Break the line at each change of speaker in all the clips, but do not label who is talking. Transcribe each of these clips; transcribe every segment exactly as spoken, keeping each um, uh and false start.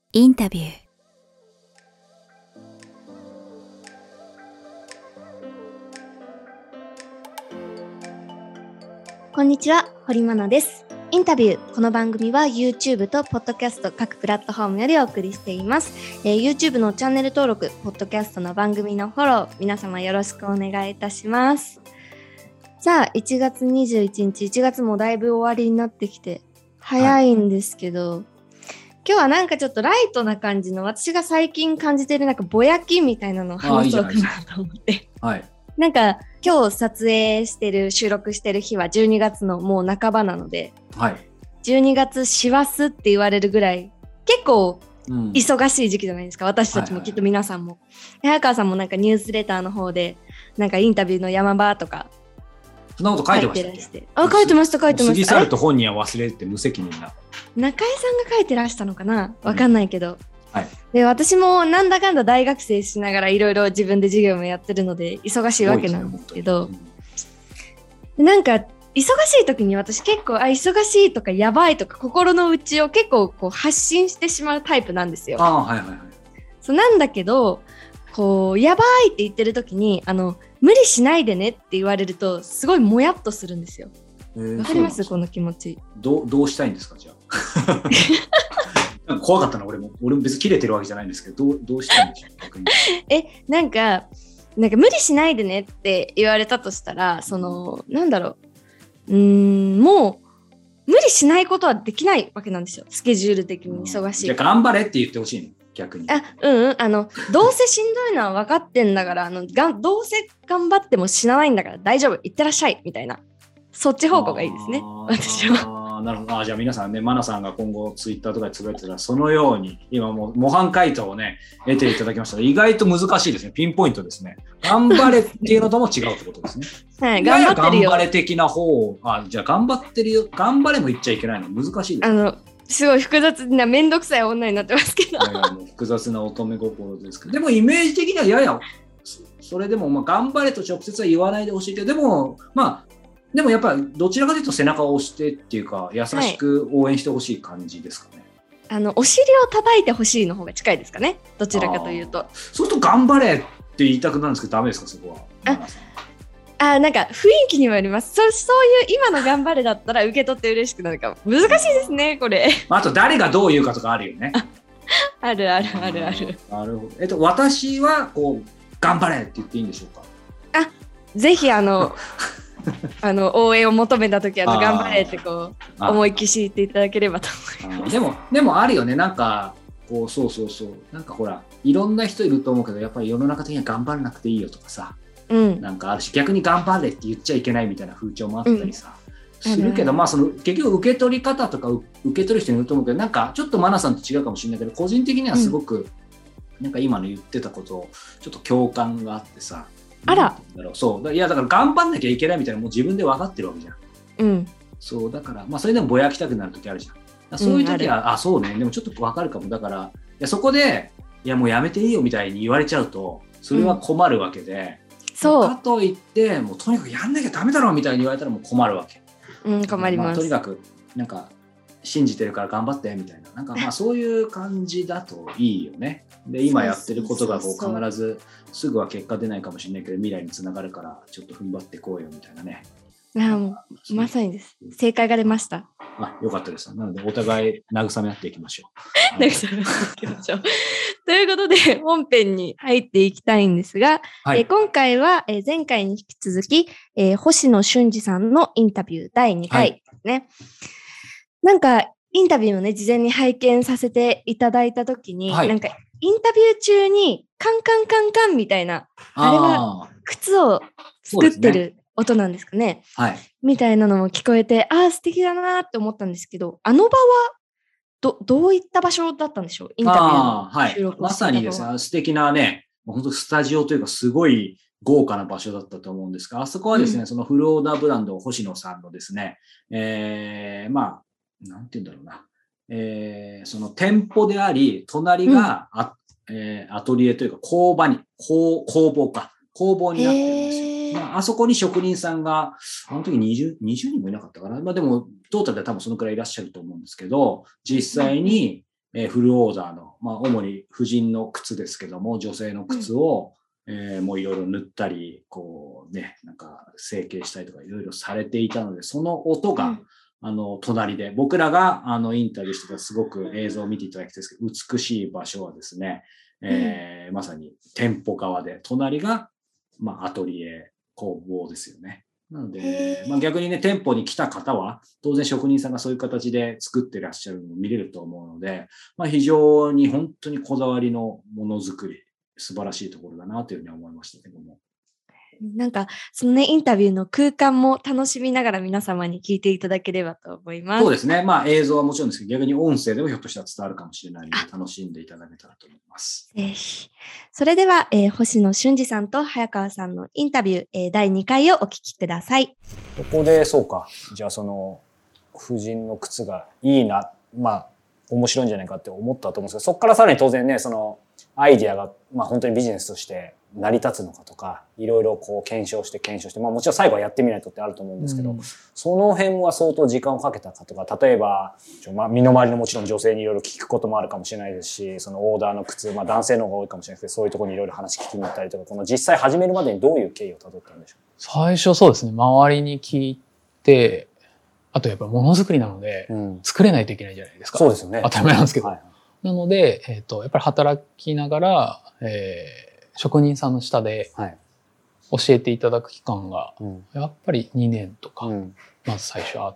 インタビュー。
こんにちは、堀真奈です。インタビュー。この番組は YouTube と Podcast 各プラットフォームよりお送りしています。えー、YouTube のチャンネル登録、Podcast の番組のフォロー、皆様よろしくお願いいたします。さあ、いちがつにじゅういちにち、いちがつもだいぶ終わりになってきて早いんですけど、はい、今日はなんかちょっとライトな感じの、私が最近感じてるなんかぼやきみたいなのを話そうかなと思って。はい。なんか今日撮影してる収録してる日はじゅうにがつのもう半ばなので、はい、じゅうにがつ師走って言われるぐらい結構忙しい時期じゃないですか、うん、私たちもきっと皆さんも、はいはい、早川さんもなんかニュースレターの方でなんかインタビューの山場とか
そんなこと書いてましたっけ？
あ、書いてました書いてました。過
ぎ去ると本人は忘れるって無責任な。
中江さんが書いてらしたのかな、わかんないけど、うん、
はい、
で私もなんだかんだ大学生しながらいろいろ自分で授業もやってるので忙しいわけなんですけど、うん、なんか忙しい時に私結構あ忙しいとかやばいとか心の内を結構こう発信してしまうタイプなんですよ。
あ、はいはいはい、
そうなんだけどこうやばいって言ってる時にあの無理しないでねって言われるとすごいもやっとするんですよ。わ、えー、かりますこの気持ち。
どう、どうしたいんですかじゃあ怖かったな。俺も俺も別に切れてるわけじゃないんですけど、どう、どうしたいんでしょう逆に。
えなんかなんか無理しないでねって言われたとしたらそのなんだろううーんもう無理しないことはできないわけなんですよ。スケジュール的に忙しい、
うん、じゃあ頑張れって言ってほしいの逆に。
あうんうんあのどうせしんどいのは分かってんだからあのがどうせ頑張っても死なないんだから大丈夫いってらっしゃいみたいなそっち方向がいいですね私は。
あなるほど。あじゃあ皆さんね、マナさんが今後ツイッターとかでつぶやいてたらそのように今もう模範解答をね得ていただきましたが意外と難しいですね。ピンポイントですね。頑張れっていうのとも違うってことですね。
はい頑張ってるよ。
頑張れ的な方あじゃあ頑張ってるよ頑張れも言っちゃいけないの難しいです、ね。
あのすごい複雑なめんどくさい女になってますけど。
いやもう複雑な乙女心ですけどでもイメージ的にはややそれでもまあ頑張れと直接は言わないでほしいけどでもまあでもやっぱりどちらかというと背中を押してっていうか優しく応援してほしい感じですかね、
はい、あのお尻を叩いてほしいの方が近いですかねどちらかというと。
そうすると頑張れって言いたくなるんですけどダメですかそこは。
ああなんか雰囲気にもよります。そそういう今の頑張れだったら受け取って嬉しくなるかも。難しいですねこれ。
あと誰がどう言うかとかあるよね。
あるあるあるある。
なるほど。えっと私はこう頑張れって言っていいんでしょうか。
あぜひあのあの応援を求めたときは頑張れってこう思いっきし言っていただければと思います。
でもでもあるよねなんかこうそうそうそうなんかほらいろんな人いると思うけどやっぱり世の中的には頑張らなくていいよとかさ、うん、なんかあるし逆に頑張れって言っちゃいけないみたいな風潮もあったりさ、うん、するけどまあその結局受け取り方とか受け取る人いると思うけどなんかちょっとマナさんと違うかもしれないけど個人的にはすごく、うん、なんか今の言ってたことをちょっと共感があってさ。
あら
そういやだから頑張んなきゃいけないみたいなもう自分で分かってるわけじゃん、うん、そうだからまあそれでもぼやきたくなる時あるじゃん。そういう時は、うん、あ, あそうねでもちょっと分かるかもだからいやそこでいやもうやめていいよみたいに言われちゃうとそれは困るわけで、うん、そうかといってもうとにかくやんなきゃダメだろみたいに言われたらもう困るわけ、
うん、困ります、
まあ、とにかくなんか信じてるから頑張ってみたいななんかまあそういう感じだといいよね。で今やってることがこう必ずすぐは結果出ないかもしれないけど未来につながるからちょっと踏ん張ってこうよみたいなね。
あもうまさにです。正解が出ました。
あよかったです。なのでお互い慰め合っていきましょ
う。慰め合っていきましょう。ということで本編に入っていきたいんですが、はい、え今回はえ前回に引き続き、えー、星野俊二さんのインタビューだいにかいですね。はい、なんかインタビューをね事前に拝見させていただいたときに、はい、なんかインタビュー中にカンカンカンカンみたいな あ, あれは靴を作ってる音なんですかね、ねはい、みたいなのも聞こえてああ素敵だなって思ったんですけどあの場は ど, どういった場所だったんでしょうインタビューの収録をしていたのは、はい、
まさにですね素敵なね本当スタジオというかすごい豪華な場所だったと思うんですがあそこはですね、うん、そのフルオーダーブランド星野さんのですね、えー、まあなんて言うんだろうなえー、その店舗であり、隣が、うんえー、アトリエというか工場に、工, 工房か、工房になってるんですよ。まあ、あそこに職人さんが、あの時にじゅう、にじゅうにんもいなかったかな。まあでも、トータルで多分そのくらいいらっしゃると思うんですけど、実際に、 えー、フルオーダーの、まあ、主に婦人の靴ですけども、女性の靴を、うん、えー、もういろいろ塗ったり、こうね、なんか成形したりとかいろいろされていたので、その音が、うん、あの、隣で、僕らが、あの、インタビューしてたすごく映像を見ていただきたいですけど、美しい場所はですね、えーうん、まさに店舗側で、隣が、まあ、アトリエ、工房ですよね。なので、まあ、逆にね、店舗に来た方は、当然職人さんがそういう形で作ってらっしゃるのを見れると思うので、まあ、非常に本当にこだわりのものづくり、素晴らしいところだなというふうに思いましたけども。
なんか、そのね、インタビューの空間も楽しみながら皆様に聞いていただければと思います。
そうですね。まあ映像はもちろんですけど、逆に音声でもひょっとしたら伝わるかもしれないので、楽しんでいただけたらと思います。
ぜひ。それでは、えー、星野俊二さんと早川さんのインタビュー、えー、だいにかいをお聞きください。
ここで、そうか。じゃあその、婦人の靴がいいな、まあ、面白いんじゃないかって思ったと思うんですけど、そこからさらに当然ね、その、アイディアが、まあ本当にビジネスとして成り立つのかとか、いろいろこう検証して検証して、まあもちろん最後はやってみないとってあると思うんですけど、うん、その辺は相当時間をかけたかとか、例えば、まあ身の回りのもちろん女性にいろいろ聞くこともあるかもしれないですし、そのオーダーの靴、まあ男性の方が多いかもしれないですけど、そういうところにいろいろ話聞きに行ったりとか、この実際始めるまでにどういう経緯をたどったんでしょう？
最初そうですね、周りに聞いて、あとやっぱりものづくりなので、うん、作れないといけないじゃないですか。
そうですよね。
当たり前なんですけど。はい、なので、えっと、やっぱり働きながら、えー、職人さんの下で教えていただく期間が、やっぱりにねんとか、まず最初あって、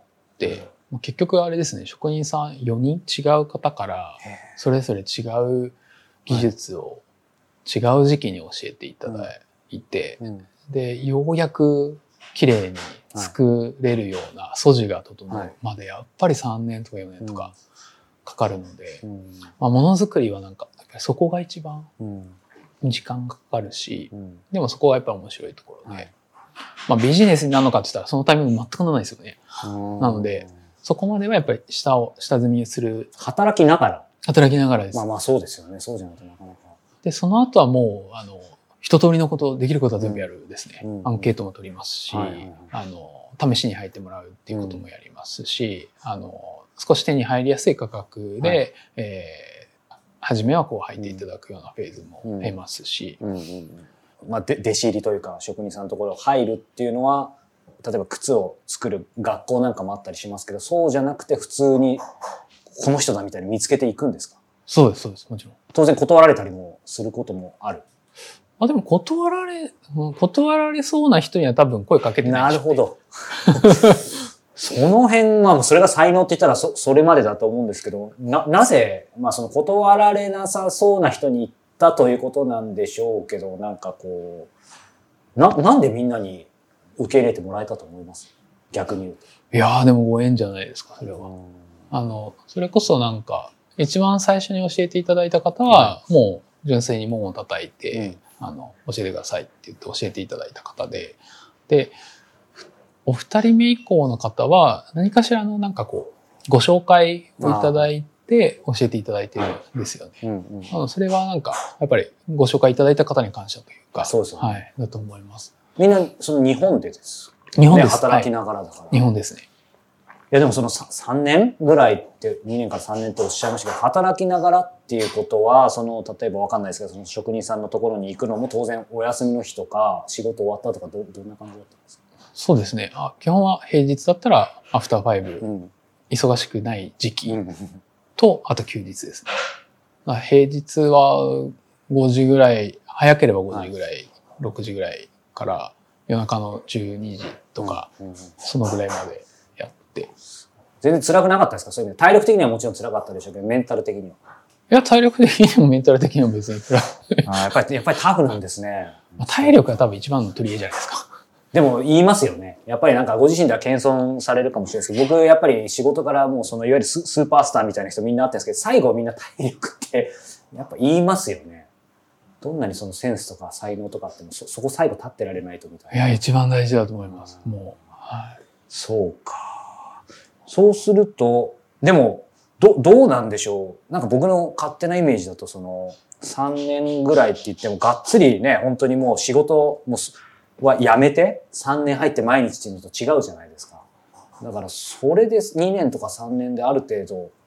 うん、結局あれですね、職人さんよにん違う方から、それぞれ違う技術を違う時期に教えていただいて、うんうん、で、ようやく綺麗に作れるような素地が整うまで、やっぱりさんねんとかよねんとかかかるので、うん、まあ、ものづくりはなんか、やっぱりそこが一番時間かかるし、うん、でもそこがやっぱり面白いところで、はい、まあビジネスになるのかって言ったらそのタイミング全くならないですよね。なので、そこまではやっぱり下を、下積みする。
働きながら
働きながらです。
まあまあそうですよね。そうじゃないとなかなか。
で、その後はもう、あの、一通りのこと、できることは全部やるですね。うん、アンケートも取りますし、はいはいはい、あの、試しに入ってもらうっていうこともやりますし、うん、あの、少し手に入りやすい価格で、はい、えー、初めはこう入っていただくようなフェーズも経ますし。
うんうんうんうん、まあ、で、弟子入りというか、職人さんのところ入るっていうのは、例えば靴を作る学校なんかもあったりしますけど、そうじゃなくて普通にこの人だみたいに見つけていくんですか？
そうです、そうです、もちろん。
当然断られたりもすることもある。
あ、でも断られ、断られそうな人には多分声かけてない、
ね。なるほど。その辺は、それが才能って言ったらそ、それまでだと思うんですけど、な、なぜ、まあその断られなさそうな人に行ったということなんでしょうけど、なんかこう、な、なんでみんなに受け入れてもらえたと思います？逆に言うと。
いやーでもご縁じゃないですか、それは。あの、それこそなんか、一番最初に教えていただいた方は、もう純粋に門を叩いて、うん、あの、教えてくださいって言って教えていただいた方で、で、お二人目以降の方は、何かしらのなんかこう、ご紹介をいただいて教えていただいてるんですよね。うんうん、それはなんか、やっぱりご紹介いただいた方に感謝というか、
そうですね。
はい、だと思います。
みんな、その日本でです。
日本です。
働きながらだから。
はい、日本ですね。
いやでもそのさんねんぐらいって、にねんからさんねんっておっしゃいましたけど、働きながらっていうことは、その、例えばわかんないですけど、その職人さんのところに行くのも当然お休みの日とか、仕事終わったとか、ど、どんな感じだったんですか？
そうですね。あ、基本は平日だったら、アフターファイブ、うん、忙しくない時期と、あと休日ですね。平日はごじぐらい、早ければごじぐらい、はい、ろくじぐらいから夜中のじゅうにじとか、うんうん、そのぐらいまで。
全然辛くなかったですか？そういう意味で。体力的にはもちろん辛かったでしょうけど、メンタル的には。
いや、体力的にもメンタル的にも別に辛い。
あ、やっぱり、やっぱりタフなんですね。
まあ、体力が多分一番の取り柄じゃないですか。
でも言いますよね。やっぱりなんかご自身では謙遜されるかもしれないですけど、僕やっぱり仕事からもうそのいわゆる ス, スーパースターみたいな人みんなあったんですけど、最後みんな体力ってやっぱ言いますよね。どんなにそのセンスとか才能とかあっても そ, そこ最後立ってられないとみたいな。
いや、一番大事だと思います。もう。はい。
そうか。そうすると、でも、ど、どうなんでしょう。なんか僕の勝手なイメージだと、その、さんねんぐらいって言っても、がっつりね、本当にもう仕事もはやめて、さんねん入って毎日っていうのと違うじゃないですか。だから、それでにねんとかさんねんである程度、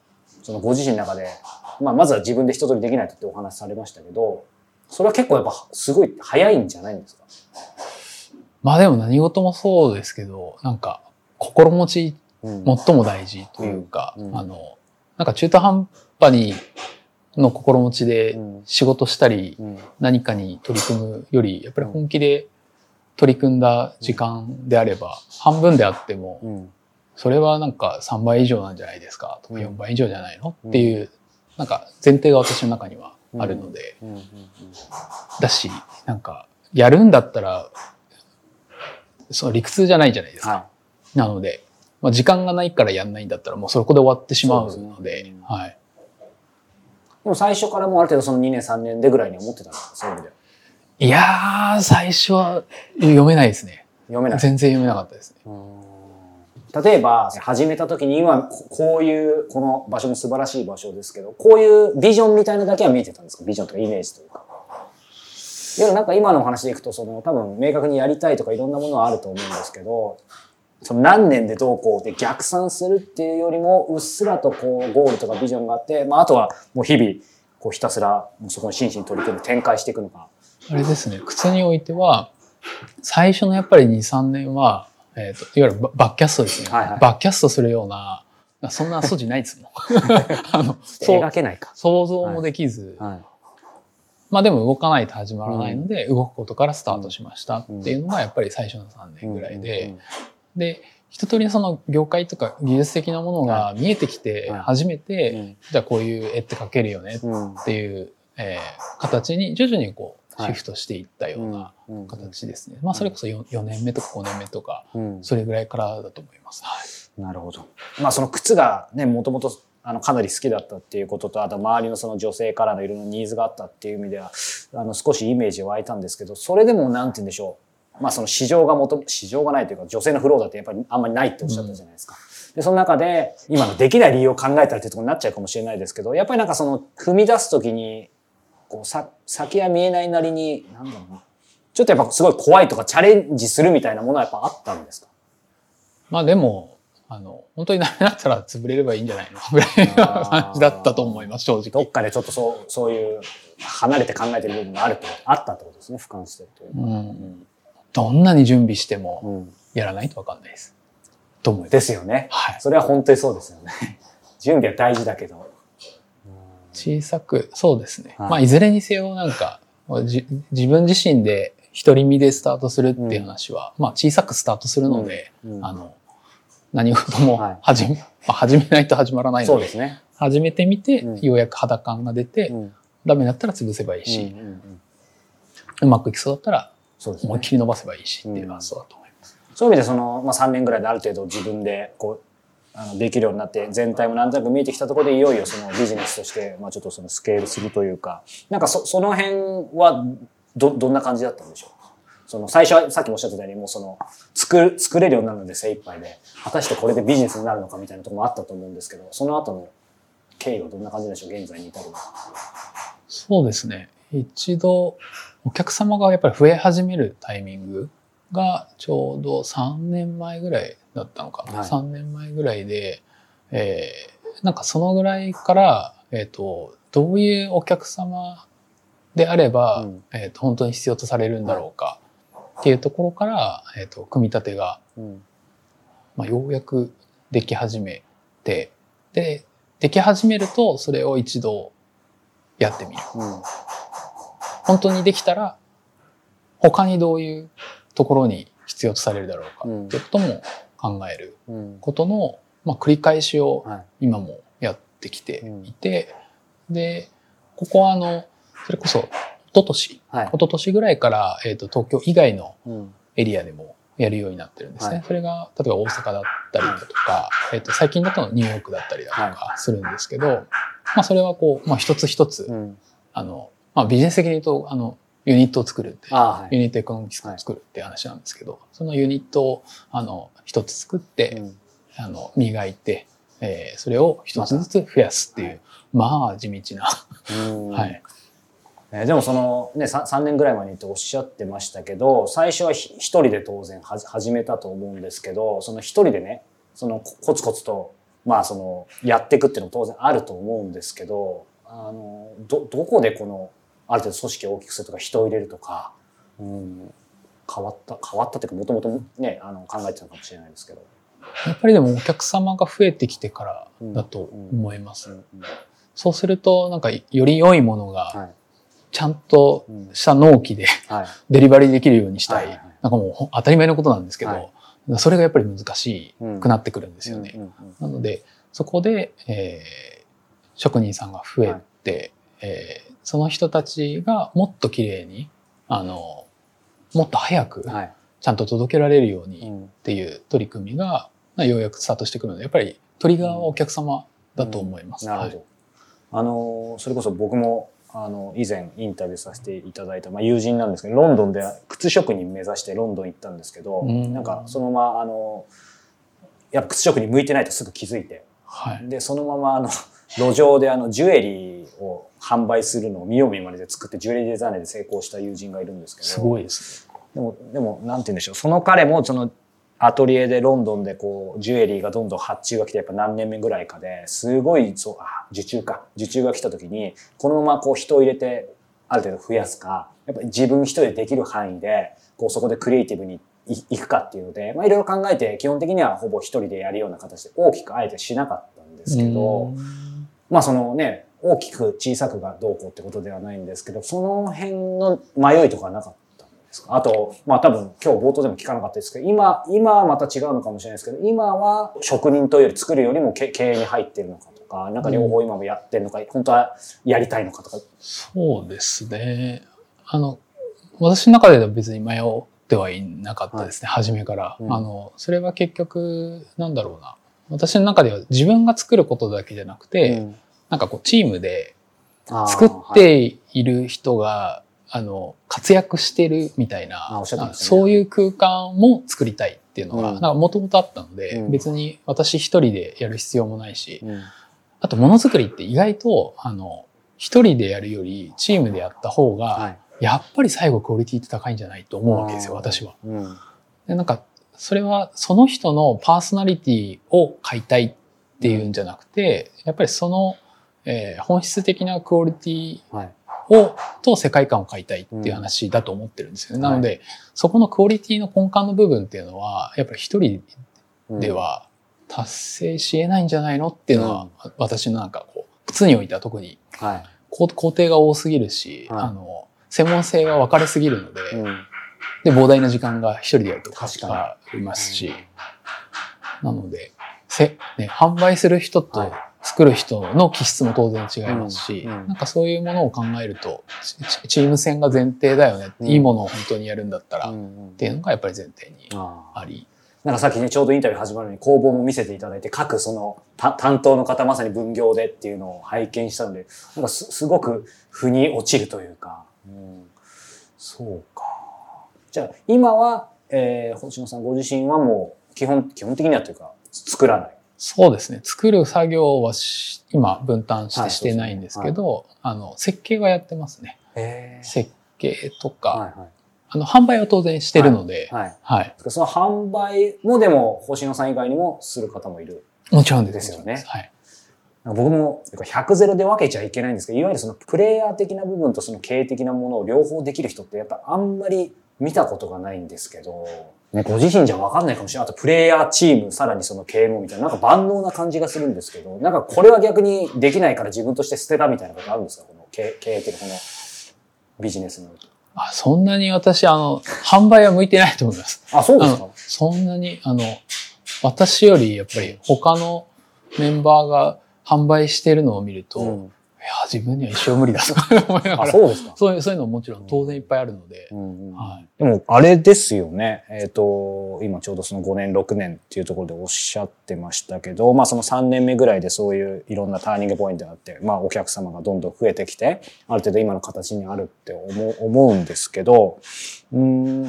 そのご自身の中で、まあ、まずは自分で一通りできないとってお話されましたけど、それは結構やっぱすごい早いんじゃないんですか？
まあでも何事もそうですけど、なんか心持ち最も大事というか、うんうん、あの、なんか中途半端にの心持ちで仕事したり、何かに取り組むより、やっぱり本気で取り組んだ時間であれば、半分であっても、それはなんかさんばい以上なんじゃないですかとかよんばい以上じゃないのっていう、なんか前提が私の中にはあるので、だし、なんかやるんだったら、その理屈じゃないじゃないですか。はい、なので、まあ、時間がないからやんないんだったらもうそこで終わってしまうので、でね、はい。
でも最初からもうある程度そのにねんさんねんでぐらいに思ってたんですか、そういう意味では。
いやー、最初は読めないですね。
読めない。
全然読めなかったですね。
例えば始めた時に今こういうこの場所も素晴らしい場所ですけど、こういうビジョンみたいなのだけは見えてたんですか？ビジョンとかイメージというか。いや、なんか今のお話でいくと、その多分明確にやりたいとかいろんなものはあると思うんですけど、その何年でどうこうで逆算するっていうよりも、うっすらとこうゴールとかビジョンがあって、まああとはもう日々こうひたすらもうそこに真摯に取り組む、展開していくのか。
あれですね、靴においては最初のやっぱりに、さんねんは、えー、といわゆるバッキャストですね、はいはい、バッキャストするようなそんな素地ないですもんあの
描けないか、
想像もできず、はいはい、まあでも動かないと始まらないので、うん、動くことからスタートしましたっていうのがやっぱり最初のさんねんぐらいで、うんうんうん、で一通りその業界とか技術的なものが見えてきて初めて、はいうん、じゃあこういう絵って描けるよねっていう、うんえー、形に徐々にこうシフトしていったような形ですね。はい、まあそれこそ 4, よねんめとかごねんめとか、うん、それぐらいからだと思います。はい、
なるほど。まあその靴がね、もともとあのかなり好きだったっていうことと、あと周りのその女性からのいろんなニーズがあったっていう意味では、あの少しイメージ湧いたんですけど、それでもなんて言うんでしょう。まあその市場がもと、市場がないというか、女性のフローだってやっぱりあんまりないっておっしゃったじゃないですか。うん、で、その中で今のできない理由を考えたらっていうところになっちゃうかもしれないですけど、やっぱりなんかその踏み出すときに、こうさ先は見えないなりに、なんだろうな。ちょっとやっぱすごい怖いとかチャレンジするみたいなものはやっぱあったんですか？
まあでも、あの、本当にダメだったら潰れればいいんじゃないのぐらいの感じだったと思います、正直。
どっかでちょっとそう、そういう離れて考えてる部分があると、あったってことですね、俯瞰してるというか。うん、
どんなに準備してもやらないと分かんないです。
うん、と思います。ですよね。
はい。
それは本当にそうですよね。準備は大事だけど。
小さく、そうですね。はい、まあ、いずれにせよなんか、じ自分自身で独り身でスタートするっていう話は、うん、まあ小さくスタートするので、うんうん、あの、何事も始め、はい、まあ、始めないと始まらないので、そうですね、始めてみて、うん、ようやく肌感が出て、うん、ダメだったら潰せばいいし、うんうんうん、うまくいきそうだったら、思いっきり伸ばせばいいしっていう発想だと思います。
うん、そういう意味でその、まあ、さんねんぐらいである程度自分でこう、あのできるようになって全体もなんとなく見えてきたところでいよいよそのビジネスとして、まあ、ちょっとそのスケールするというか、なんか そ, その辺は ど, どんな感じだったんでしょう？その最初はさっきもおっしゃってたようにもうその 作, 作れるようになるので精一杯で、果たしてこれでビジネスになるのかみたいなところもあったと思うんですけど、その後の経緯はどんな感じでしょう？現在に至るのは。
そうですね。一度お客様がやっぱり増え始めるタイミングがちょうどさんねんまえぐらいだったのかな、はい、さんねんまえぐらいで、えー、なんかそのぐらいから、えっと、どういうお客様であれば、うん、えっと、本当に必要とされるんだろうかっていうところから、えっと、組み立てが、うんまあ、ようやくでき始めて、で、でき始めるとそれを一度やってみる。うん、本当にできたら、他にどういうところに必要とされるだろうかっていうことも考えることの、まあ、繰り返しを今もやってきていて、で、ここはあの、それこそ一昨年、はい、一昨年ぐらいから、えっと、東京以外のエリアでもやるようになってるんですね。はい、それが、例えば大阪だったりだとか、えっと、最近だとニューヨークだったりだとかするんですけど、はい、まあ、それはこう、まあ、一つ一つ、うん、あの、まあ、ビジネス的に言うと、あの、ユニットを作るって、はい、ユニットエコノミクスを作るっていう話なんですけど、はい、そのユニットをあの一つ作って、うん、あの磨いて、えー、それを一つずつ増やすっていう、ま, まあ地道な、はい。
えー、でもそのね 3, さんねんぐらい前にっておっしゃってましたけど、最初は一人で当然は始めたと思うんですけど、その一人でね、そのコツコツとまあそのやっていくっていうのも当然あると思うんですけど、あのどどこでこのある程度組織を大きくするとか人を入れるとか、うん、変わった変わったっていうかもともとねあの考えてたのかもしれないですけど、
やっぱりでもお客様が増えてきてからだと思います。うんうんうん、そうするとなんかより良いものがちゃんとした納期で、はい、デリバリーできるようにしたい、はいはいはい、なんかもう当たり前のことなんですけど、はい、それがやっぱり難しくなってくるんですよね。うんうんうんうん、なのでそこで、えー、職人さんが増えて、はい、えー、その人たちがもっと綺麗にあのもっと早くちゃんと届けられるようにっていう取り組みがようやくスタートしてくるので、やっぱりトリガーはお客様だと思います。
うんうん、なるほど。はい、あのそれこそ僕もあの以前インタビューさせていただいた、まあ、友人なんですけど、ロンドンで靴職人目指してロンドン行ったんですけど、うん、なんかそのままあのやっぱ靴職人向いてないとすぐ気づいて、はい、でそのままあの路上であのジュエリーを販売するのを見よう見まねで作ってジュエリーデザイナーで成功した友人がいるんですけど、
すごいですね。
でもでもなんて言うんでしょう、その彼もそのアトリエでロンドンでこうジュエリーがどんどん発注が来て、やっぱ何年目ぐらいかですごいそうあ受注か受注が来た時にこのままこう人を入れてある程度増やすか、やっぱり自分一人でできる範囲でこうそこでクリエイティブにいくかっていうので、まあいろいろ考えて基本的にはほぼ一人でやるような形で大きくあえてしなかったんですけど、まあそのね大きく小さくがどうこうってことではないんですけど、その辺の迷いとかはなかったんですか？あとまあ多分今日冒頭でも聞かなかったですけど、今今はまた違うのかもしれないですけど、今は職人というより作るよりも経営に入ってるのかとか、なんか両方今もやってるのか、うん、本当はやりたいのかとか。
そうですね。あの私の中では別に迷ってはいなかったですね、はい、初めから、うん、あのそれは結局なんだろうな、私の中では自分が作ることだけじゃなくて、うん、なんかこうチームで作っている人が、はい、あの活躍してるみたいな、ね、そういう空間も作りたいっていうのが、うん、なんか元々あったので、うん、別に私一人でやる必要もないし、うん、あとものづくりって意外とあの一人でやるよりチームでやった方が、はい、やっぱり最後クオリティって高いんじゃないと思うわけですよ、私は。うん、でなんかそれはその人のパーソナリティを買いたいっていうんじゃなくて、やっぱりその、えー、本質的なクオリティを、はい、と世界観を買いたいっていう話だと思ってるんですよね。うん、なので、はい、そこのクオリティの根幹の部分っていうのは、やっぱり一人では達成し得ないんじゃないのっていうのは、うん、私のなんかこう、靴においては特に、はい、工程が多すぎるし、はい、あの、専門性が分かれすぎるので、うん、で、膨大な時間が一人でやるとかかりますし、なので、せ、ね、販売する人と作る人の気質も当然違いますし、うんうん、なんかそういうものを考えると、チーム戦が前提だよね、うん、いいものを本当にやるんだったら、うんうん、っていうのがやっぱり前提にあり。
なんかさっきね、ちょうどインタビュー始まるのに工房も見せていただいて、各その担当の方まさに分業でっていうのを拝見したので、なんか す, すごく腑に落ちるというか、うん、そうか。じゃあ今は、えー、星野さんご自身はもう基本基本的にはというか作らない。
そうですね。作る作業は今分担してしてないんですけど、はいねはい、あの設計はやってますね。設計とか、はいはい、あの販売は当然してるので、はいはいはい、
その販売もでも星野さん以外にもする方もいる。
もちろん
ですよね。
はい。
僕もひゃくゼロで分けちゃいけないんですけど、いわゆるそのプレイヤー的な部分とその経営的なものを両方できる人ってやっぱあんまり見たことがないんですけど、ね、ご自身じゃ分かんないかもしれない。あとプレイヤーチーム、さらにその経営もみたいな、なんか万能な感じがするんですけど、なんかこれは逆にできないから自分として捨てたみたいなことあるんですか？この経営的なこのビジネスの。
あ、そんなに私、あの、販売は向いてないと思います。
あ、そうですか？
そんなに、あの、私よりやっぱり他のメンバーが販売してるのを見ると、うん、いや、自分には一生無理だとか思いながら。
あ、そうですか。
そういう、そういうのももちろん当然いっぱいあるので。
うんうんはい、でも、あれですよね。えっと、今ちょうどそのごねん、ろくねんっていうところでおっしゃってましたけど、まあそのさんねんめぐらいでそういういろんなターニングポイントがあって、まあお客様がどんどん増えてきて、ある程度今の形にあるって思う、思うんですけど、うん、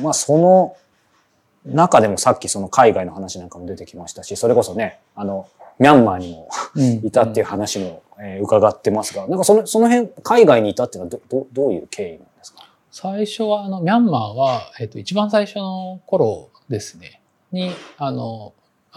まあその中でもさっきその海外の話なんかも出てきましたし、それこそね、あの、ミャンマーにもいたっていう話も、えー、伺ってますが、なんかその、その辺、海外にいたっていうのはど、ど、どういう経緯なんですか？
最初は、あの、ミャンマーは、えっと、一番最初の頃ですね、に、あの、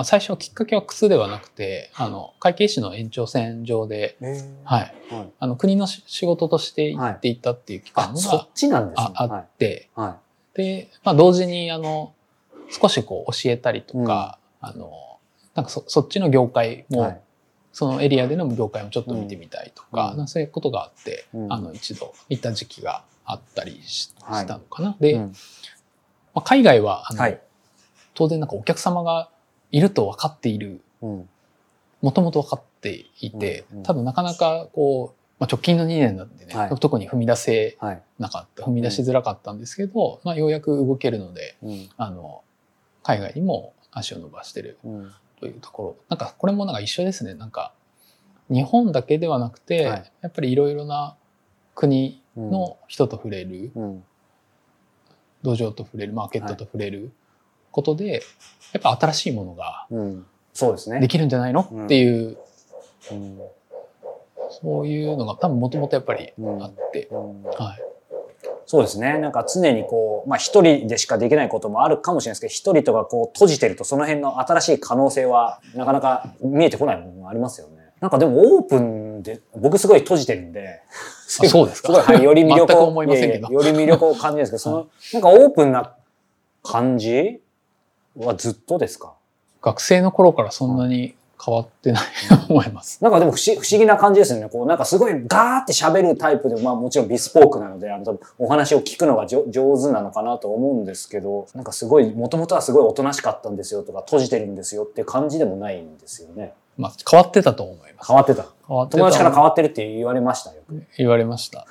最初きっかけは靴ではなくて、あの、会計士の延長線上で、はい。はい、あの、国の仕事として行っていたっていう期間が、はい、あ、
そっちなんですね、
あ, あって、
はいはい、
で、まあ、同時に、あの、少しこう教えたりとか、うん、あの、なんか そ, そっちの業界も、はい、そのエリアでの業界もちょっと見てみたいとか、うん、そういうことがあって、うん、あの、一度行った時期があったり し,、はい、したのかな。で、うん、まあ、海外は、あの、はい、当然なんかお客様がいると分かっている、もともと分かっていて、うんうん、多分なかなかこう、まあ、直近のにねんなんでね、はい、特に踏み出せなかった、はい、踏み出しづらかったんですけど、うん、まあ、ようやく動けるので、うん、あの、海外にも足を伸ばしてるというところ。なんかこれもなんか一緒ですね。なんか日本だけではなくて、はい、やっぱりいろいろな国の人と触れる、うん、土壌と触れる、マーケットと触れることで、やっぱ新しいものができるんじゃないの、うん、っていう、うん、そういうのが多分もともとやっぱりあって、うんうん、はい。
そうですね。なんか常にこう、まあ一人でしかできないこともあるかもしれないですけど、一人とかこう閉じてるとその辺の新しい可能性はなかなか見えてこないものがありますよね。なんかでもオープンで、僕すごい閉じてるんで、
あ、そうですか。
すごい、はい、より魅力を、
思いませんけど。
より魅力を感じるんですけど、その、なんかオープンな感じはずっとですか？
学生の頃からそんなに変わってないと思います。
なんかでも不思、不思議な感じですよね。こう、なんかすごいガーって喋るタイプで、まあもちろんビスポークなので、あの多分お話を聞くのが上手なのかなと思うんですけど、なんかすごい、もともとはすごいおとなしかったんですよとか、閉じてるんですよっていう感じでもないんですよね。
まあ変わってたと思います。
変わってた。変わってた。友達から変わってるって言われましたよ。
言われました。はい。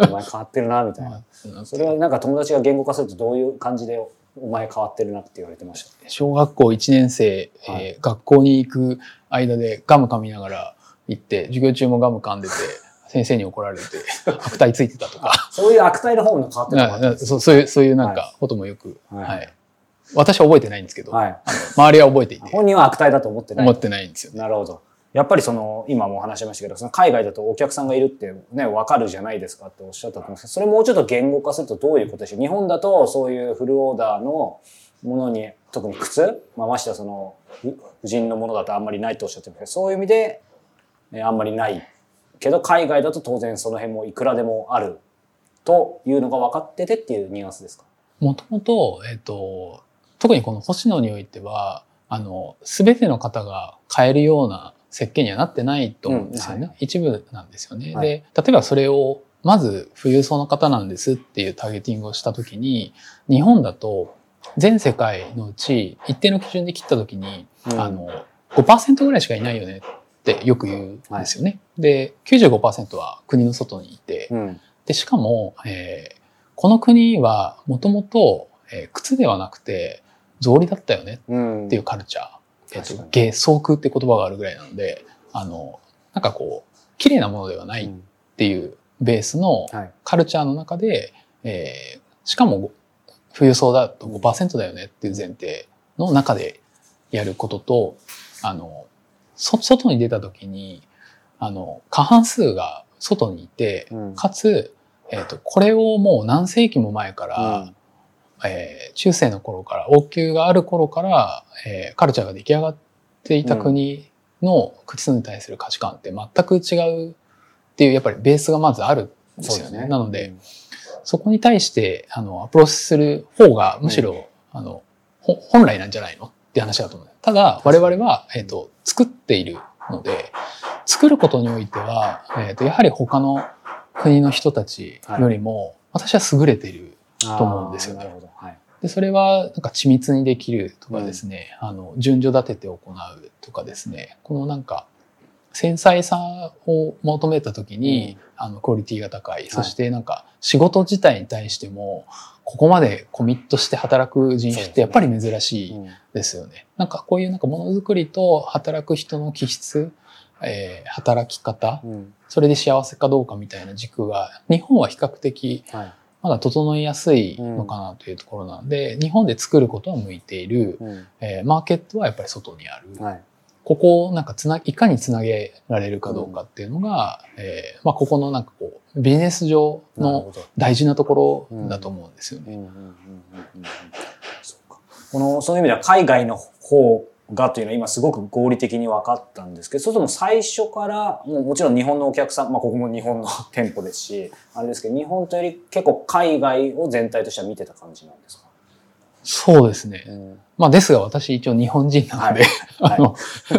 お前変わってるな、みたいな。それはなんか友達が言語化するとどういう感じでお前変わってるなって言われてました。
小学校いちねん生、はい、えー、学校に行く間でガム噛みながら行って、授業中もガム噛んでて、先生に怒られて、悪態ついてたとか。
そういう悪態の方も変わってた
のかそう、そういう、そういうなんかこともよく、はい。はい、私は覚えてないんですけど、はい、あの周りは覚えていて。
本人は悪態だと思ってない。
思ってないんですよ、ね。
なるほど。やっぱりその、今もお話しましたけど、その海外だとお客さんがいるってね、わかるじゃないですかっておっしゃったと思うんですけど、それもうちょっと言語化するとどういうことでしょう？日本だとそういうフルオーダーのものに、特に靴、まあ、ましてはその、婦人のものだとあんまりないとおっしゃってるけど、そういう意味で、ね、あんまりないけど、海外だと当然その辺もいくらでもあるというのが分かっててっていうニュアンスですか？
もともと、えっと、特にこの星野においては、あの、すべての方が買えるような設計にはなってないと思うんですよね。うん、はい、一部なんですよね。はい、で、例えばそれを、まず富裕層の方なんですっていうターゲティングをしたときに、日本だと全世界のうち一定の基準で切ったときに、うん、あの、ごパーセント ぐらいしかいないよねってよく言うんですよね。はい、で、きゅうじゅうごパーセント は国の外にいて、うん、で、しかも、えー、この国はもともと靴ではなくて草履だったよねっていうカルチャー。うん、えっと、下装空って言葉があるぐらいなので、あの、なんかこう、綺麗なものではないっていうベースのカルチャーの中で、はい、えー、しかも富裕層だと ごパーセント だよねっていう前提の中でやることと、あの、そ外に出た時に、あの、過半数が外にいて、うん、かつ、えっと、これをもう何世紀も前から、うん、えー、中世の頃から、王宮がある頃から、えー、カルチャーが出来上がっていた国の靴に対する価値観って全く違うっていう、やっぱりベースがまずあるんですよね。ね、なので、うん、そこに対して、あの、アプローチする方が、むしろ、うん、あの、本来なんじゃないのって話だと思う。ただ、我々は、えっと、作っているので、作ることにおいては、えっと、やはり他の国の人たちよりも、私は優れていると思うんですよね。なるほど。はい。で、それは、なんか緻密にできるとかですね、うん、あの、順序立てて行うとかですね、このなんか、繊細さを求めたときに、うん、あの、クオリティが高い。そしてなんか、仕事自体に対しても、ここまでコミットして働く人種ってやっぱり珍しいですよね。うん、なんかこういうなんかものづくりと働く人の気質、えー、働き方、うん、それで幸せかどうかみたいな軸が、日本は比較的、まだ整いやすいのかなというところなので、うん、日本で作ることは向いている、うん、えー、マーケットはやっぱり外にある。はい、ここをなんかつないかにつなげられるかどうかっていうのが、うん、えー、まあここのなんかこうビジネス上の大事なところだと思うんですよね。
このそういう意味では海外の方がというのは今すごく合理的に分かったんですけど、それとも最初からもうもちろん日本のお客さん、まあここも日本の店舗ですしあれですけど、日本とより結構海外を全体としては見てた感じなんですか？
そうですね。うん、まあですが私一応日本人なので、はい、あの、はい、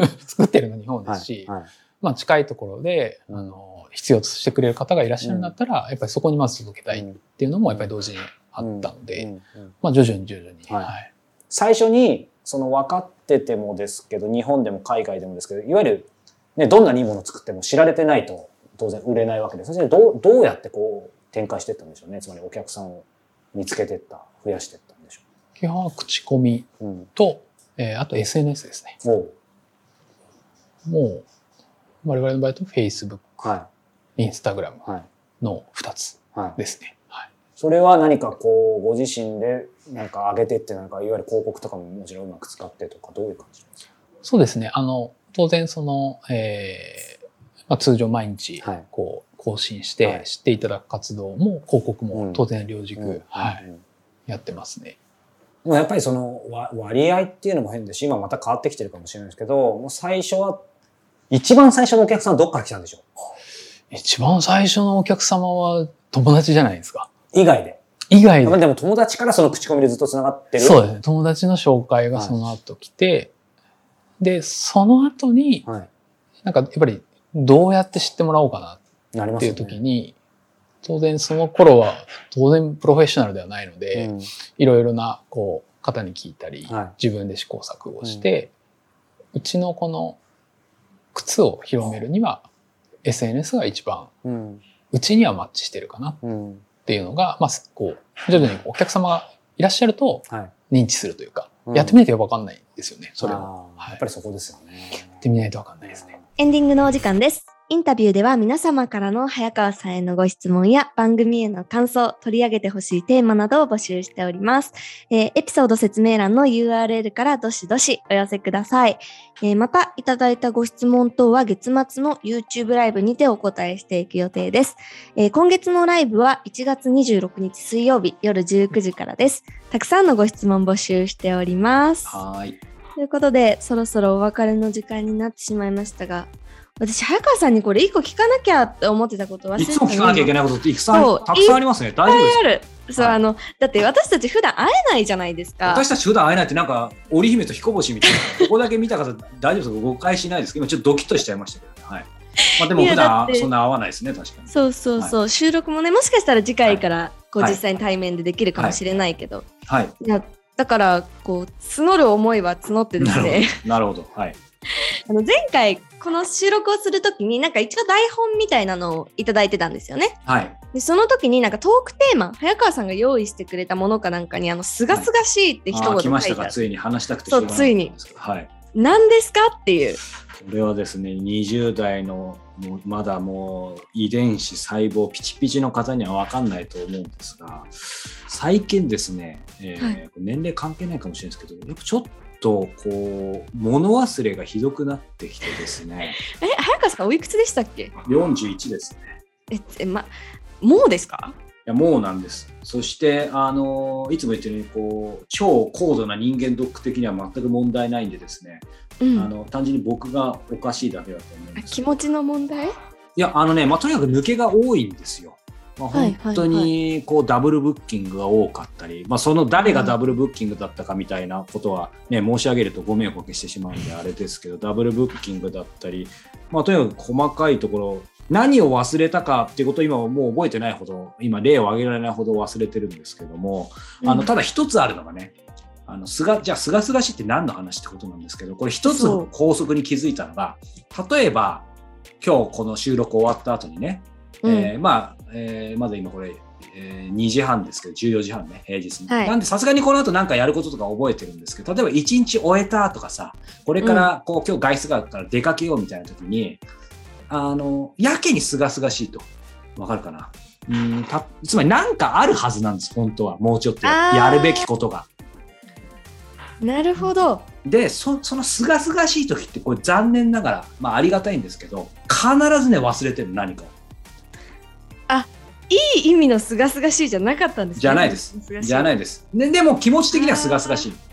作ってるの日本ですし、はいはい、まあ近いところであの必要としてくれる方がいらっしゃるんだったら、うん、やっぱりそこにまず届けたいっていうのもやっぱり同時にあったので、うんうんうん、まあ徐々に徐々に、
はいはい、最初にその分かっててもですけど、日本でも海外でもですけど、いわゆるねどんなにいいものを作っても知られてないと当然売れないわけです。それでどうどうやってこう展開していったんでしょうね。つまりお客さんを見つけていった、増やしていったんでしょう。
基本は口コミと、うんえー、あと エスエヌエス ですね。もう我々の場合と Facebook、はい、Instagram のふたつですね。はいはい、
それは何かこうご自身でなんか上げてってなんかいわゆる広告とかももちろんうまく使ってとかどういう感じですか？
そうですね。あの当然その、えーまあ、通常毎日こう更新して知っていただく活動も広告も当然両軸、うんはい、やってますね。
でもやっぱりその割合っていうのも変ですし、今また変わってきてるかもしれないですけど、もう最初は一番最初のお客さんはどっから来たんでしょう？
一番最初のお客様は友達じゃないですか。
以外で。
以外で。
でも友達からその口コミでずっと繋がってる。
そうですね。友達の紹介がその後来て、はい、で、その後に、はい、なんかやっぱりどうやって知ってもらおうかなっていう時に、ね、当然その頃は当然プロフェッショナルではないので、うん、いろいろなこう方に聞いたり、はい、自分で試行錯誤して、うん、うちのこの靴を広めるには エスエヌエス が一番、うん、うちにはマッチしてるかなっていうのが、まあこう徐々にお客様がいらっしゃると認知するというか、はい、やってみないと分かんないですよね。それは、
はい、やっぱりそこですよね。
やってみないと分かんないですね。
エンディングのお時間です。インタビューでは皆様からの早川さんへのご質問や番組への感想、取り上げてほしいテーマなどを募集しております。えー、エピソード説明欄の ユーアールエル からどしどしお寄せください。えー、また、いただいたご質問等は月末の YouTube ライブにてお答えしていく予定です。えー、今月のライブはいちがつにじゅうろくにち水曜日夜じゅうくじからです。たくさんのご質問募集しております。
はい。
ということで、そろそろお別れの時間になってしまいましたが、私、早川さんにこれ一個聞かなきゃって思ってたこと忘れてた。
いつも聞かなきゃいけないことっていくさんたくさんありますね。大丈夫ですか？
ある。そう、はい、あのだって私たち普段会えないじゃないですか。
私たち普段会えないってなんか織姫と彦星みたいなここだけ見た方大丈夫ですか？誤解しないですけど今ちょっとドキッとしちゃいましたけどね。はい。まあ、でも普段そんな会わないですね。確かに。
そうそうそう、はい、収録もねもしかしたら次回からこう実際に対面でできるかもしれないけど、
はい。はい、
いやだからこう募る思いは募ってですね。
なるほど。はい。
あの前回この収録をするときになんか一応台本みたいなのをいただいてたんですよね。
はい。
でその時になんかトークテーマ早川さんが用意してくれたものかなんかにあのすがすがしいって一言書いてある。
来ましたかついに話したくて
そうついに。
はい。
何ですかっていう。
これはですねにじゅう代のもうまだもう遺伝子細胞ピチピチの方には分かんないと思うんですが最近ですね、えーはい、年齢関係ないかもしれないですけどやっぱちょっととこう物忘れがひどくなってきてですね。
え早川さんおいくつでしたっけ？
よんじゅういちですね。
ええまもうですか？
いやもうなんです。そしてあのいつも言ってるようにこう超高度な人間ドック的には全く問題ないんでですね、うん、あの単純に僕がおかしいだけだと思います。
気持ちの問題？い
やあのね、まあ、とにかく抜けが多いんですよ。まあ、本当にこうダブルブッキングが多かったり、まあ、その誰がダブルブッキングだったかみたいなことは、ね、申し上げるとご迷惑をかけしてしまうんであれですけどダブルブッキングだったり、まあ、とにかく細かいところ何を忘れたかっていうことを今はもう覚えてないほど今例を挙げられないほど忘れてるんですけども、うん、あのただ一つあるのがねあのすがじゃあすがすがしいって何の話ってことなんですけどこれ一つの法則に気づいたのが例えば今日この収録終わった後にね、うんえー、まあ、えー、まだ今これえー、にじはんですけどじゅうよじはんね平日に、はい、なんでさすがにこの後なんかやることとか覚えてるんですけど例えばいちにち終えたとかさこれからこう、うん、今日外出があるから出かけようみたいな時にあのやけにすがすがしいとわかるかなうんたつまりなんかあるはずなんです本当はもうちょっと や, やるべきことが
なるほど
で そ, そのすがすがしい時ってこれ残念ながら、まあ、ありがたいんですけど必ずね忘れてる何かを
あいい意味のすがすがしいじゃなかったんですね。
じゃないです。じゃないです。で、でも気持ち的にはすがすがしい。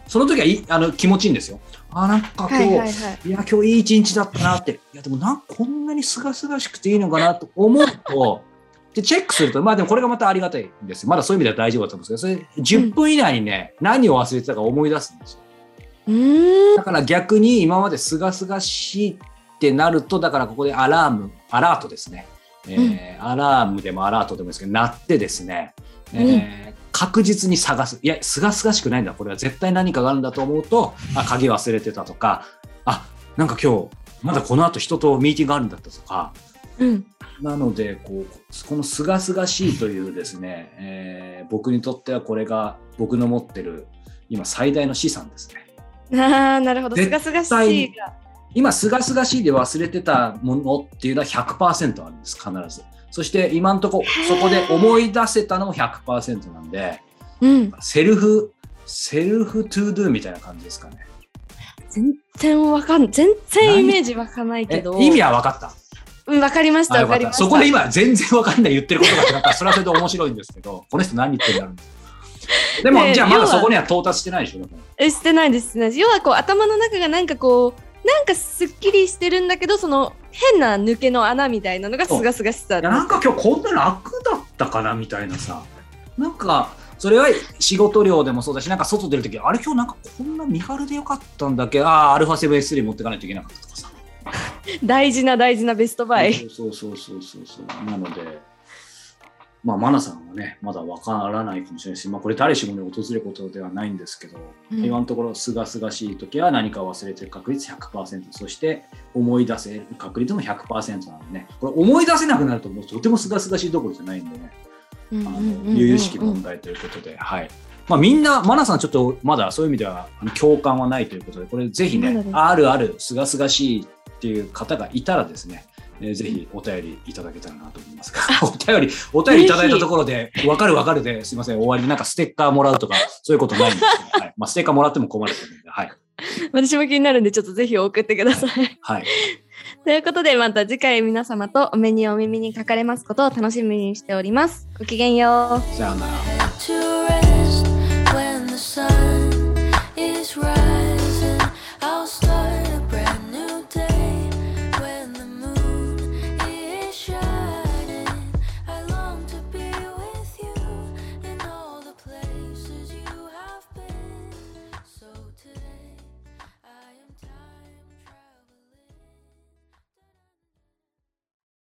その時はいあの気持ちいいんですよ。あなんか今日、はいはいはい、いや今日いい一日だったなって、いやでもなんかこんなにすがすがしくていいのかなと思うとでチェックすると、まあでもこれがまたありがたいんですよ。まだそういう意味では大丈夫だと思うんですけど、それじゅっぷん以内にね、うん、何を忘れてたか思い出すんですよ。うーんだから逆に今まですがすがしいってなると、だからここでアラームアラートですね、えーうん、アラームでもアラートでもいいですけど鳴ってですね、えーうん、確実に探す。いやすがすがしくないんだ、これは絶対何かがあるんだと思うと、あ鍵忘れてたとか、あなんか今日まだこの後人とミーティングあるんだったとか、うん、なのでこうこのすがすがしいというですね、えー、僕にとってはこれが僕の持ってる今最大の資産ですね。
ああなるほど。すがすがしいが
今すがすがしいで忘れてたものっていうのは ひゃくパーセント あるんです、必ず。そして今のところそこで思い出せたのも ひゃくパーセント なんで、うん、セルフセルフトゥードゥみたいな感じですかね。
全然わかんない。全然イメージわかんないけど。
意味はわかった。
うん、わかりました。わかりました。
そこで今全然わかんない言ってることが違ったらそれはそれで面白いんですけど、この人何言ってるんだろう。でも、ね、じゃあまだそこには到達してないでしょ。
えしてないですね。要はこう頭の中がなんかこうなんかすっきりしてるんだけど、その変な抜けの穴みたいなのがすがすがしさ。
なんか今日こんな楽だったかなみたいなさ、なんかそれは仕事量でもそうだし、なんか外出るときあれ今日なんかこんな身軽でよかったんだっけ、ああアルファセブンエススリー持ってかないといけなかったとかさ。
大事な大事なベストバイ。
そうそうそうそうそうなので。まあ、マナさんはねまだ分からないかもしれないし、まあ、これ誰しもに訪れることではないんですけど、うん、今のところすがすがしい時は何かを忘れてる確率 ひゃくパーセント、 そして思い出せる確率も ひゃくパーセント なのでね、これ思い出せなくなるともうとてもすがすがしいどころじゃないんでね、由々しき問題ということで、はい。まあ、みんなマナさんちょっとまだそういう意味では共感はないということで、これぜひねあるあるすがすがしいっていう方がいたらですね、えー、ぜひお便りいただけたらなと思いますがお便りお便りいただいたところで分かる分かるですいません終わりになんかステッカーもらうとかそういうことないんですけど、はいまあ、ステッカーもらっても困ると思うんで、はい、
私も気になるんでちょっとぜひ送ってください、はい、ということでまた次回皆様とお目にお耳にかかれますことを楽しみにしております。ごきげんよう。
さようなら。